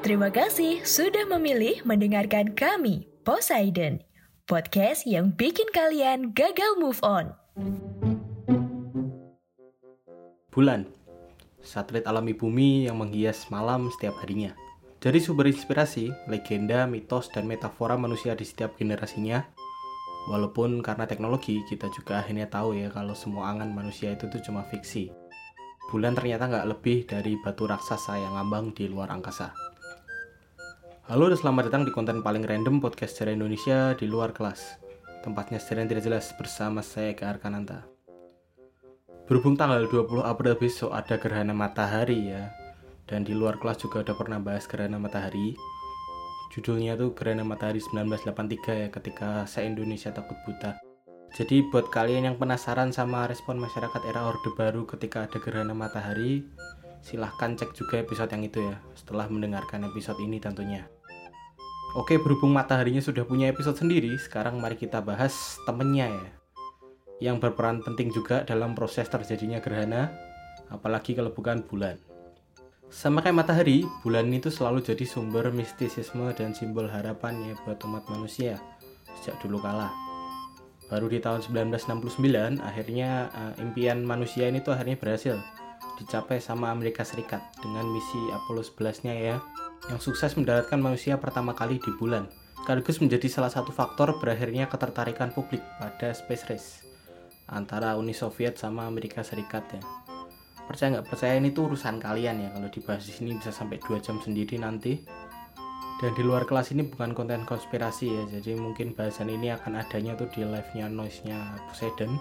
Terima kasih sudah memilih mendengarkan kami, Poseidon, podcast yang bikin kalian gagal move on. Bulan, satelit alami bumi yang menghias malam setiap harinya. Jadi sumber inspirasi, legenda, mitos, dan metafora manusia di setiap generasinya. Walaupun karena teknologi, kita juga akhirnya tahu ya kalau semua angan manusia itu tuh cuma fiksi. Bulan ternyata nggak lebih dari batu raksasa yang ngambang di luar angkasa. Halo dan selamat datang di konten paling random podcast sejarah Indonesia di luar kelas. Tempatnya sejarah yang tidak jelas bersama saya Eka Arkananta. Berhubung tanggal 20 April besok ada gerhana matahari ya. Dan di luar kelas juga udah pernah bahas gerhana matahari. Judulnya tuh Gerhana Matahari 1983 ya, ketika se-Indonesia takut buta. Jadi buat kalian yang penasaran sama respon masyarakat era Orde Baru ketika ada gerhana matahari, silahkan cek juga episode yang itu ya, setelah mendengarkan episode ini tentunya. Oke, berhubung mataharinya sudah punya episode sendiri, sekarang mari kita bahas temennya ya, yang berperan penting juga dalam proses terjadinya gerhana, apalagi kalau bukan bulan. Sama kayak matahari, bulan itu selalu jadi sumber mistisisme dan simbol harapan ya buat umat manusia sejak dulu kala. Baru di tahun 1969, akhirnya impian manusia ini tuh akhirnya berhasil dicapai sama Amerika Serikat dengan misi Apollo 11-nya ya, yang sukses mendaratkan manusia pertama kali di bulan, sekaligus menjadi salah satu faktor berakhirnya ketertarikan publik pada space race antara Uni Soviet sama Amerika Serikat ya. Percaya nggak percaya ini tuh urusan kalian ya, kalau dibahas di sini bisa sampai 2 jam sendiri nanti. Dan di luar kelas ini bukan konten konspirasi ya, jadi mungkin bahasan ini akan adanya tuh di live-nya Noise-nya Poseidon.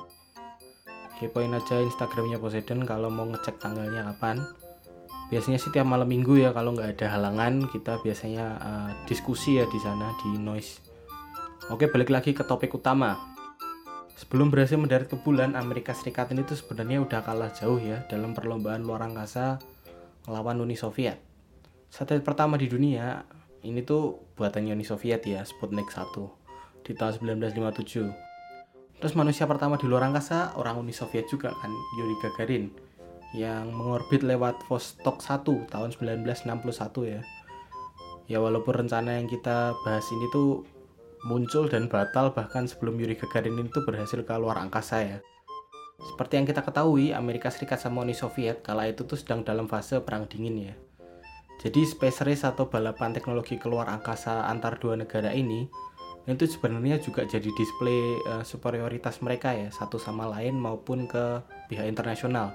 Kepoin aja Instagramnya Poseidon kalau mau ngecek tanggalnya kapan. Biasanya sih tiap malam minggu ya, kalau nggak ada halangan kita biasanya diskusi ya di sana di Noise. Oke, balik lagi ke topik utama. Sebelum berhasil mendarat ke bulan, Amerika Serikat ini tuh sebenarnya udah kalah jauh ya dalam perlombaan luar angkasa melawan Uni Soviet. Satelit pertama di dunia ini tuh buatannya Uni Soviet ya, Sputnik 1 di tahun 1957. Terus manusia pertama di luar angkasa orang Uni Soviet juga kan, Yuri Gagarin, yang mengorbit lewat Vostok 1 tahun 1961 ya. Ya walaupun rencana yang kita bahas ini tuh muncul dan batal bahkan sebelum Yuri Gagarin itu berhasil ke luar angkasa ya. Seperti yang kita ketahui, Amerika Serikat sama Uni Soviet kala itu tuh sedang dalam fase perang dingin ya. Jadi space race atau balapan teknologi keluar angkasa antar dua negara ini itu sebenarnya juga jadi display superioritas mereka ya, satu sama lain maupun ke pihak internasional.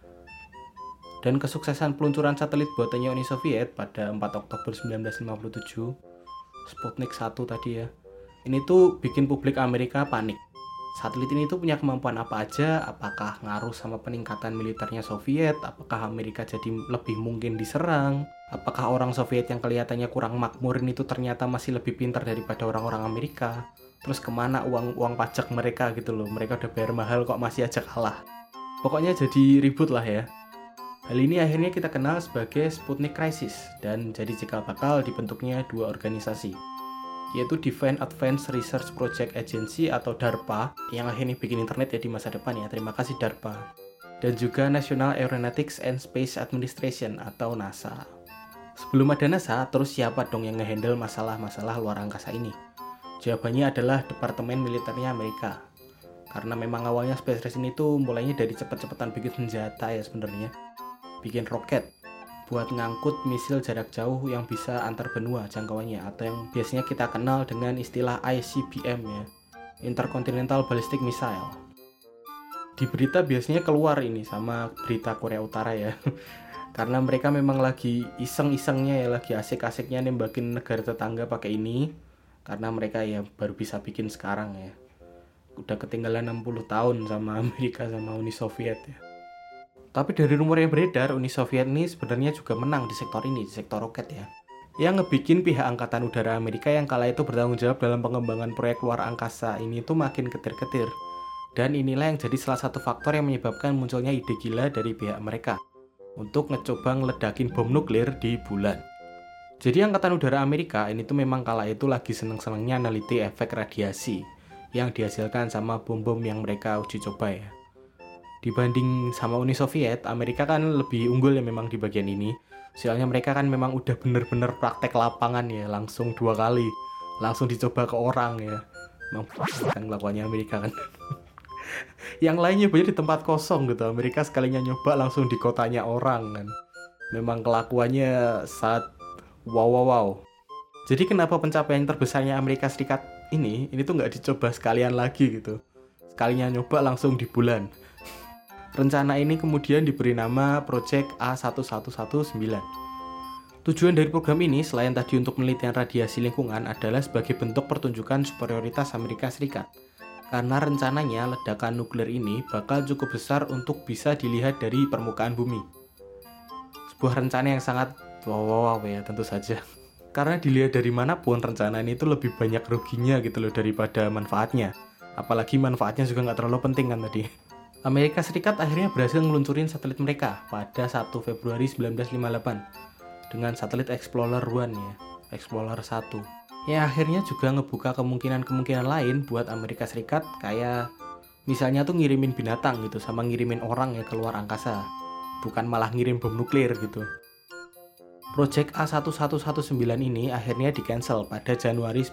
Dan kesuksesan peluncuran satelit buatannya Uni Soviet pada 4 Oktober 1957, Sputnik 1 tadi ya, ini tuh bikin publik Amerika panik. Satelit ini tuh punya kemampuan apa aja, apakah ngaruh sama peningkatan militernya Soviet, apakah Amerika jadi lebih mungkin diserang, apakah orang Soviet yang kelihatannya kurang makmur ini tuh ternyata masih lebih pintar daripada orang-orang Amerika, terus kemana uang pajak mereka gitu loh, mereka udah bayar mahal kok masih aja kalah. Pokoknya jadi ribut lah ya. Hal ini akhirnya kita kenal sebagai Sputnik Crisis dan jadi cikal bakal dibentuknya dua organisasi, yaitu Defense Advanced Research Project Agency atau DARPA yang akhirnya bikin internet ya di masa depan ya, terima kasih DARPA, dan juga National Aeronautics and Space Administration atau NASA. Sebelum ada NASA, terus siapa dong yang ngehandle masalah-masalah luar angkasa ini? Jawabannya adalah Departemen Militernya Amerika, karena memang awalnya space race ini tuh mulainya dari cepet-cepetan bikin senjata ya sebenarnya, bikin roket buat ngangkut misil jarak jauh yang bisa antar benua jangkauannya, atau yang biasanya kita kenal dengan istilah ICBM ya, Intercontinental Ballistic Missile. Di berita biasanya keluar ini sama berita Korea Utara ya, karena mereka memang lagi iseng-isengnya ya, lagi asik-asiknya nembakin negara tetangga pakai ini, karena mereka ya baru bisa bikin sekarang ya, udah ketinggalan 60 tahun sama Amerika sama Uni Soviet ya. Tapi dari rumor yang beredar, Uni Soviet ini sebenarnya juga menang di sektor ini, di sektor roket ya, yang ngebikin pihak Angkatan Udara Amerika yang kala itu bertanggung jawab dalam pengembangan proyek luar angkasa ini tuh makin ketir-ketir. Dan inilah yang jadi salah satu faktor yang menyebabkan munculnya ide gila dari pihak mereka untuk ngecoba ngeledakin bom nuklir di bulan. Jadi Angkatan Udara Amerika ini tuh memang kala itu lagi seneng-senengnya neliti efek radiasi yang dihasilkan sama bom-bom yang mereka uji coba ya. Dibanding sama Uni Soviet, Amerika kan lebih unggul ya memang di bagian ini. Soalnya mereka kan memang udah bener-bener praktek lapangan ya, langsung 2 kali. Langsung dicoba ke orang ya. Memang kan lakuannya Amerika kan. Yang lainnya banyak di tempat kosong gitu. Amerika sekalinya nyoba langsung di kotanya orang kan. Memang kelakuannya saat wow. Jadi kenapa pencapaian terbesarnya Amerika Serikat ini tuh nggak dicoba sekalian lagi gitu. Sekalinya nyoba langsung di bulan. Rencana ini kemudian diberi nama Project A1119. Tujuan dari program ini selain tadi untuk penelitian radiasi lingkungan adalah sebagai bentuk pertunjukan superioritas Amerika Serikat. Karena rencananya ledakan nuklir ini bakal cukup besar untuk bisa dilihat dari permukaan bumi. Sebuah rencana yang sangat wow ya tentu saja. Karena dilihat dari manapun rencana ini tuh lebih banyak ruginya gitu loh daripada manfaatnya. Apalagi manfaatnya juga nggak terlalu penting kan tadi. Amerika Serikat akhirnya berhasil ngeluncurin satelit mereka pada 1 Februari 1958 dengan satelit Explorer 1 ya, Explorer 1. Ya akhirnya juga ngebuka kemungkinan-kemungkinan lain buat Amerika Serikat kayak misalnya tuh ngirimin binatang gitu sama ngirimin orang ya keluar angkasa. Bukan malah ngirim bom nuklir gitu. Project A1119 ini akhirnya di-cancel pada Januari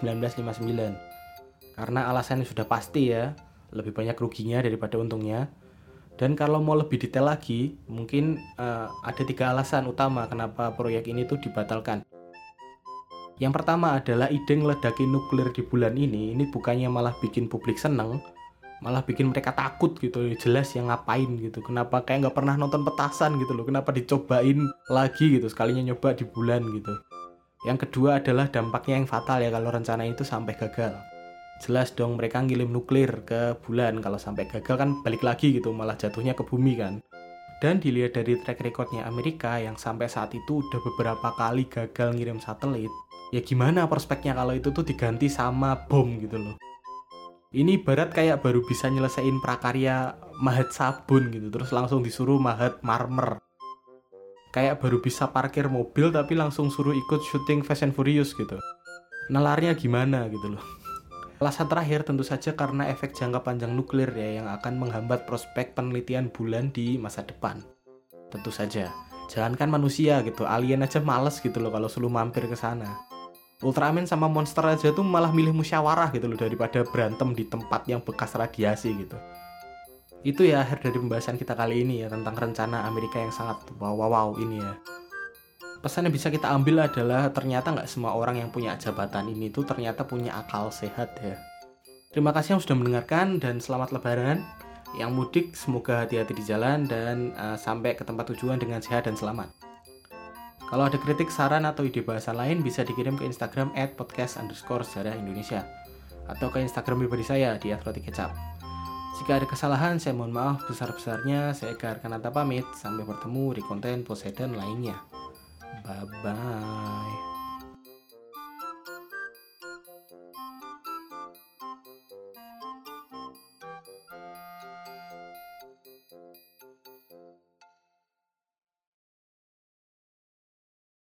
1959. Karena alasannya sudah pasti ya, lebih banyak ruginya daripada untungnya. Dan kalau mau lebih detail lagi, mungkin ada 3 alasan utama kenapa proyek ini tuh dibatalkan. Yang pertama adalah ide ngeledakin nuklir di bulan ini bukannya malah bikin publik seneng, malah bikin mereka takut gitu. Jelas yang ngapain gitu, kenapa kayak nggak pernah nonton petasan gitu loh, kenapa dicobain lagi gitu, sekalinya nyoba di bulan gitu. Yang kedua adalah dampaknya yang fatal ya kalau rencana itu sampai gagal. Jelas dong mereka ngirim nuklir ke bulan, kalau sampai gagal kan balik lagi gitu, malah jatuhnya ke bumi kan. Dan dilihat dari track recordnya Amerika yang sampai saat itu udah beberapa kali gagal ngirim satelit, ya gimana prospeknya kalau itu tuh diganti sama bom gitu loh. Ini ibarat kayak baru bisa nyelesain prakarya mahat sabun gitu, terus langsung disuruh mahat marmer. Kayak baru bisa parkir mobil tapi langsung suruh ikut syuting Fast and Furious gitu. Nalarnya gimana gitu loh. Alasan terakhir tentu saja karena efek jangka panjang nuklir ya yang akan menghambat prospek penelitian bulan di masa depan. Tentu saja, jangankan manusia gitu, alien aja males gitu loh kalau suruh mampir ke sana. Ultraman sama monster aja tuh malah milih musyawarah gitu loh daripada berantem di tempat yang bekas radiasi gitu. Itu ya akhir dari pembahasan kita kali ini ya tentang rencana Amerika yang sangat wow ini ya. Pesan yang bisa kita ambil adalah ternyata nggak semua orang yang punya jabatan ini tuh ternyata punya akal sehat ya. Terima kasih yang sudah mendengarkan dan selamat lebaran. Yang mudik semoga hati-hati di jalan dan sampai ke tempat tujuan dengan sehat dan selamat. Kalau ada kritik, saran, atau ide bahasan lain bisa dikirim ke Instagram @podcast_sejarah-Indonesia atau ke Instagram pribadi saya di @rotikecap. Jika ada kesalahan, saya mohon maaf besar-besarnya. Saya Eka Arkanata pamit. Sampai bertemu di konten Poseidon lainnya. Bye-bye.